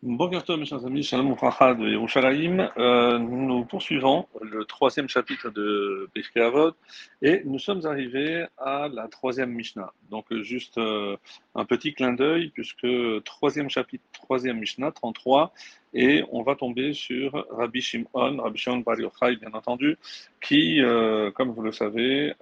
Bonjour mes chers amis, Shalom Oufracha de Yerushalayim. Nous poursuivons le troisième chapitre de Pirkei Avot et nous sommes arrivés à la troisième Mishnah. Donc juste un petit clin d'œil puisque troisième chapitre, troisième Mishnah, 33, et on va tomber sur Rabbi Shimon Bar Yochai bien entendu, qui, comme vous le savez,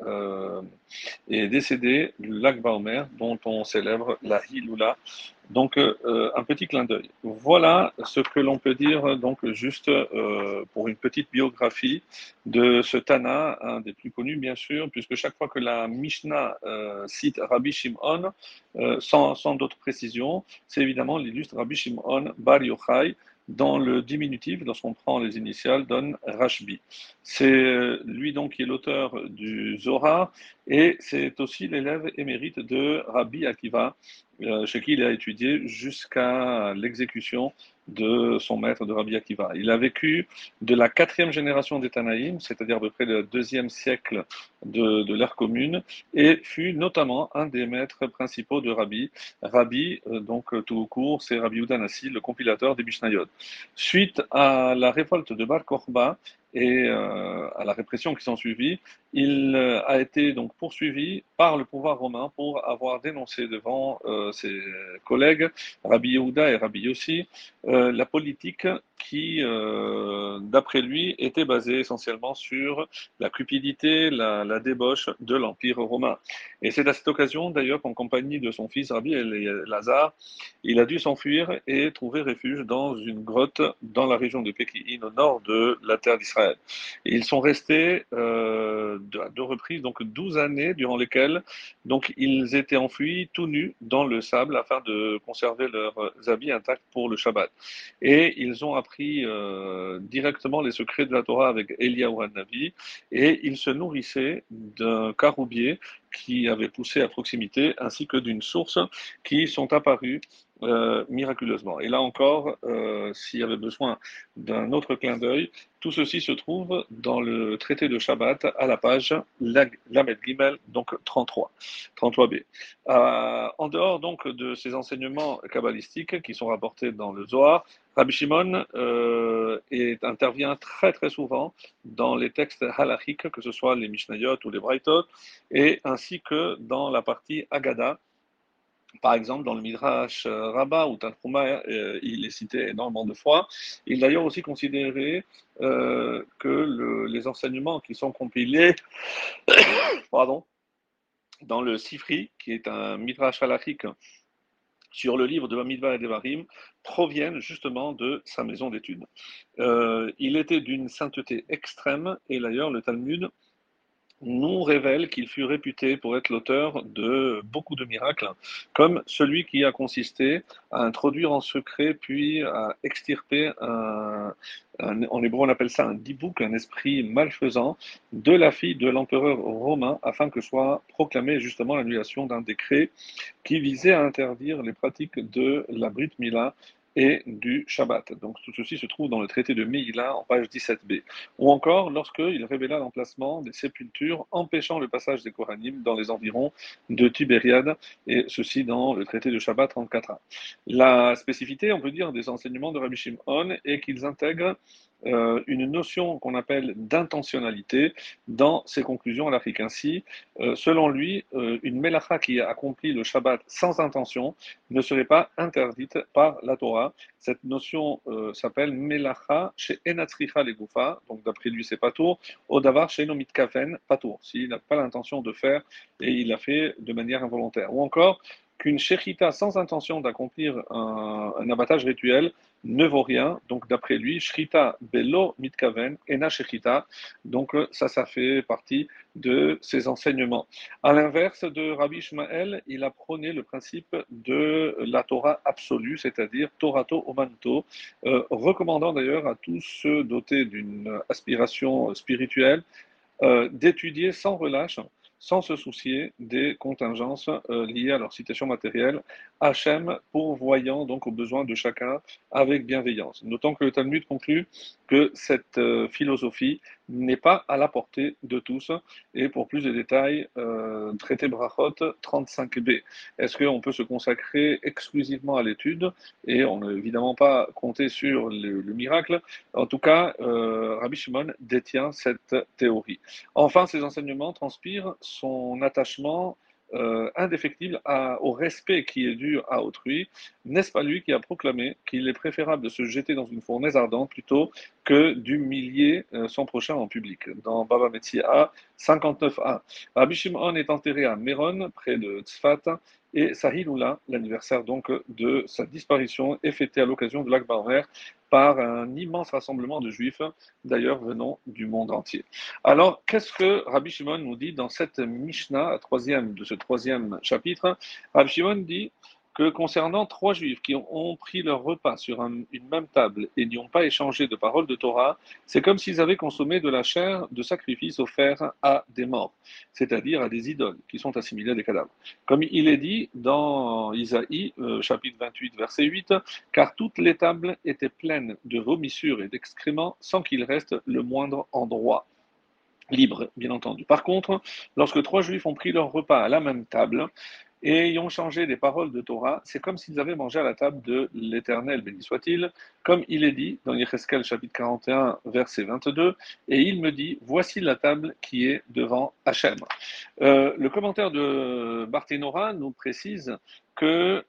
est décédé le Lag Baomer dont on célèbre la Hiloula. Donc, un petit clin d'œil. Voilà ce que l'on peut dire, donc, juste pour une petite biographie de ce Tana, un des plus connus, bien sûr, puisque chaque fois que la Mishnah cite Rabbi Shimon, sans d'autres précisions, c'est évidemment l'illustre Rabbi Shimon Bar Yochai. Dans le diminutif, lorsqu'on prend les initiales, donne Rashbi. C'est lui donc qui est l'auteur du Zohar et c'est aussi l'élève émérite de Rabbi Akiva, chez qui il a étudié jusqu'à l'exécution de son maître de Rabbi Akiva. Il a vécu de la quatrième génération des Tanaïm, c'est-à-dire à peu près le deuxième siècle de l'ère commune, et fut notamment un des maîtres principaux de Rabbi. Rabbi, donc tout court, c'est Rabbi Yehuda Nassi, le compilateur des Mishnayot. Suite à la révolte de Bar Kokhba et à la répression qui s'en suivit, il a été donc poursuivi par le pouvoir romain pour avoir dénoncé devant ses collègues, Rabbi Yehuda et Rabbi Yossi, la politique qui, d'après lui, était basée essentiellement sur la cupidité, la débauche de l'Empire romain. Et c'est à cette occasion, d'ailleurs, qu'en compagnie de son fils Rabbi Lazare, il a dû s'enfuir et trouver refuge dans une grotte dans la région de Pékin, au nord de la terre d'Israël. Et ils sont restés à deux reprises, donc 12 années durant lesquelles donc, ils étaient enfouis tout nus dans le sable afin de conserver leurs habits intacts pour le Shabbat. Et ils ont appris directement les secrets de la Torah avec Eliyahu Hanavi et ils se nourrissaient d'un caroubier qui avait poussé à proximité ainsi que d'une source qui sont apparues miraculeusement. Et là encore, s'il y avait besoin d'un autre clin d'œil, tout ceci se trouve dans le traité de Shabbat à la page Lamed Gimel, donc 33, 33b. En dehors donc de ces enseignements kabbalistiques qui sont rapportés dans le Zohar, Rabbi Shimon intervient très très souvent dans les textes halachiques, que ce soit les Mishnayot ou les Braithot, et ainsi que dans la partie Agada. Par exemple, dans le Midrash Rabbah ou Tanhuma, il est cité énormément de fois. Il est d'ailleurs aussi considéré que les enseignements qui sont compilés pardon, dans le Sifri, qui est un Midrash halachique sur le livre de Bamidbar et Devarim, proviennent justement de sa maison d'études. Il était d'une sainteté extrême, et d'ailleurs le Talmud nous révèle qu'il fut réputé pour être l'auteur de beaucoup de miracles, comme celui qui a consisté à introduire en secret puis à extirper en hébreu on appelle ça un dibouk, un esprit malfaisant, de la fille de l'empereur romain, afin que soit proclamée justement l'annulation d'un décret qui visait à interdire les pratiques de la Brit Mila et du Shabbat. Donc tout ceci se trouve dans le traité de Meïla en page 17b. Ou encore lorsqu'il révéla l'emplacement des sépultures empêchant le passage des Kohanim dans les environs de Tibériade, et ceci dans le traité de Shabbat 34a. La spécificité, on peut dire, des enseignements de Rabbi Shimon est qu'ils intègrent une notion qu'on appelle d'intentionnalité dans ses conclusions à l'Afrique. Ainsi, selon lui, une mélacha qui accomplit le Shabbat sans intention ne serait pas interdite par la Torah. Cette notion s'appelle Melacha chez Enatzricha Legoufa, donc d'après lui c'est Patour, Odavar chez Nomit Kafen, Patour, s'il n'a pas l'intention de faire et il l'a fait de manière involontaire. Ou encore qu'une shechita sans intention d'accomplir un abattage rituel ne vaut rien, donc d'après lui, shrita belo mitkaven, ena shechita, donc ça fait partie de ses enseignements. À l'inverse de Rabbi Ishmael, il a prôné le principe de la Torah absolue, c'est-à-dire Torato Omanto, recommandant d'ailleurs à tous ceux dotés d'une aspiration spirituelle d'étudier sans relâche, sans se soucier des contingences liées à leur situation matérielle, Hachem pourvoyant donc aux besoins de chacun avec bienveillance. Notons que le Talmud conclut que cette philosophie n'est pas à la portée de tous. Et pour plus de détails, traité Brachot 35b. Est-ce qu'on peut se consacrer exclusivement à l'étude et on ne évidemment pas compter sur le miracle? En tout cas, Rabbi Shimon détient cette théorie. Enfin, ces enseignements transpirent son attachement indéfectible au respect qui est dû à autrui. N'est-ce pas lui qui a proclamé qu'il est préférable de se jeter dans une fournaise ardente plutôt que d'humilier son prochain en public? Dans Baba Metzia 59a, Rabbi Shimon est enterré à Méron, près de Tzfat, et sa Hiloula, l'anniversaire donc de sa disparition, est fêté à l'occasion de l'Akba Omer par un immense rassemblement de juifs, d'ailleurs venant du monde entier. Alors, qu'est-ce que Rabbi Shimon nous dit dans cette Mishnah, troisième de ce troisième chapitre? Rabbi Shimon dit que concernant trois juifs qui ont pris leur repas sur une même table et n'y ont pas échangé de paroles de Torah, c'est comme s'ils avaient consommé de la chair de sacrifice offert à des morts, c'est-à-dire à des idoles qui sont assimilées à des cadavres. Comme il est dit dans Isaïe, chapitre 28, verset 8, car toutes les tables étaient pleines de vomissures et d'excréments sans qu'il reste le moindre endroit libre, bien entendu. Par contre, lorsque trois juifs ont pris leur repas à la même table, et ayant changé des paroles de Torah, c'est comme s'ils avaient mangé à la table de l'Éternel, béni soit-il, comme il est dit dans Yecheskel chapitre 41, verset 22, et il me dit, voici la table qui est devant Hachem. Le commentaire de Barthénora nous précise que,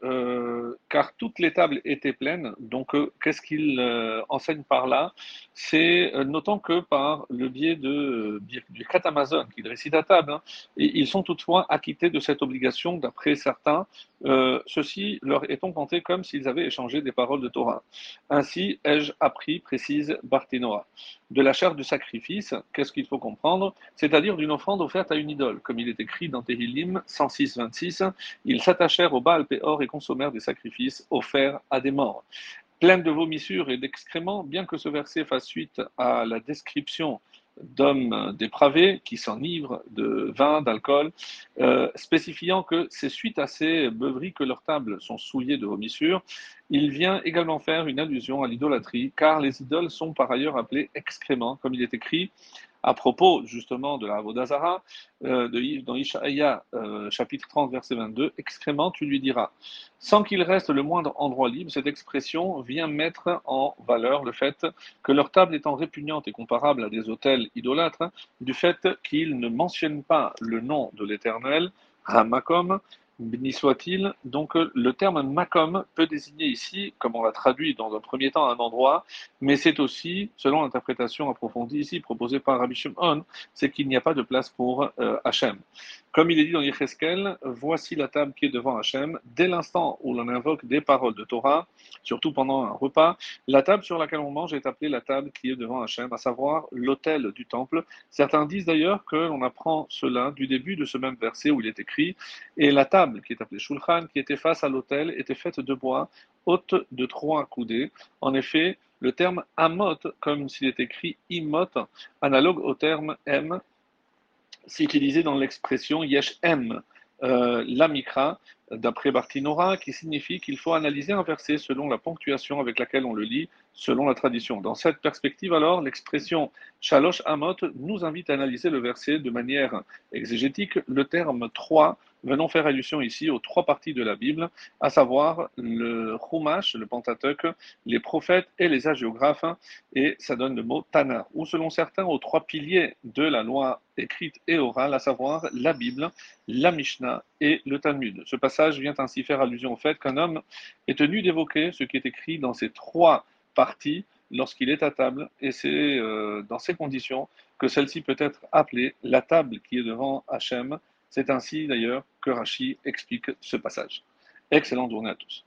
car toutes les tables étaient pleines, donc qu'est-ce qu'il enseigne par là? C'est notant que par le biais du Katamazon, qu'il récite à table, hein, et ils sont toutefois acquittés de cette obligation, d'après certains, ceci leur étant compté comme s'ils avaient échangé des paroles de Torah. Ainsi ai-je appris, précise Barthénora. De la chair du sacrifice, qu'est-ce qu'il faut comprendre? C'est-à-dire d'une offrande offerte à une idole. Comme il est écrit dans Tehillim 106, 26, ils s'attachèrent au Baal Péor et consommèrent des sacrifices offerts à des morts. Pleine de vomissures et d'excréments, bien que ce verset fasse suite à la description d'hommes dépravés qui s'enivrent de vin, d'alcool, spécifiant que c'est suite à ces beuveries que leurs tables sont souillées de vomissures, il vient également faire une allusion à l'idolâtrie, car les idoles sont par ailleurs appelées excréments, comme il est écrit à propos justement de la Avodazara, dans Ishaïa, chapitre 30, verset 22, excrément, tu lui diras. Sans qu'il reste le moindre endroit libre, cette expression vient mettre en valeur le fait que leur table étant répugnante et comparable à des autels idolâtres, du fait qu'ils ne mentionnent pas le nom de l'Éternel, Ramakom, béni soit-il. Donc le terme Makom peut désigner ici, comme on l'a traduit dans un premier temps, un endroit, mais c'est aussi, selon l'interprétation approfondie ici proposée par Rabbi Shimon, c'est qu'il n'y a pas de place pour Hachem. Comme il est dit dans Yecheskel, voici la table qui est devant Hachem. Dès l'instant où l'on invoque des paroles de Torah, surtout pendant un repas, la table sur laquelle on mange est appelée la table qui est devant Hachem, à savoir l'autel du temple. Certains disent d'ailleurs que l'on apprend cela du début de ce même verset où il est écrit et la table qui est appelée Shulchan, qui était face à l'autel, était faite de bois, haute de 3 coudées. En effet, le terme amot, comme s'il est écrit imot, analogue au terme m, c'est utilisé dans l'expression yesh m, la mikra, d'après Bartinora, qui signifie qu'il faut analyser un verset selon la ponctuation avec laquelle on le lit, selon la tradition. Dans cette perspective, alors, l'expression shalosh amot nous invite à analyser le verset de manière exégétique. Le terme trois venons faire allusion ici aux trois parties de la Bible, à savoir le Chumash, le Pentateuque, les prophètes et les hagiographes, et ça donne le mot Tana, ou selon certains aux trois piliers de la loi écrite et orale, à savoir la Bible, la Mishnah et le Talmud. Ce passage vient ainsi faire allusion au fait qu'un homme est tenu d'évoquer ce qui est écrit dans ces trois parties lorsqu'il est à table, et c'est dans ces conditions que celle-ci peut être appelée la table qui est devant Hachem. C'est ainsi d'ailleurs que Rashi explique ce passage. Excellente journée à tous.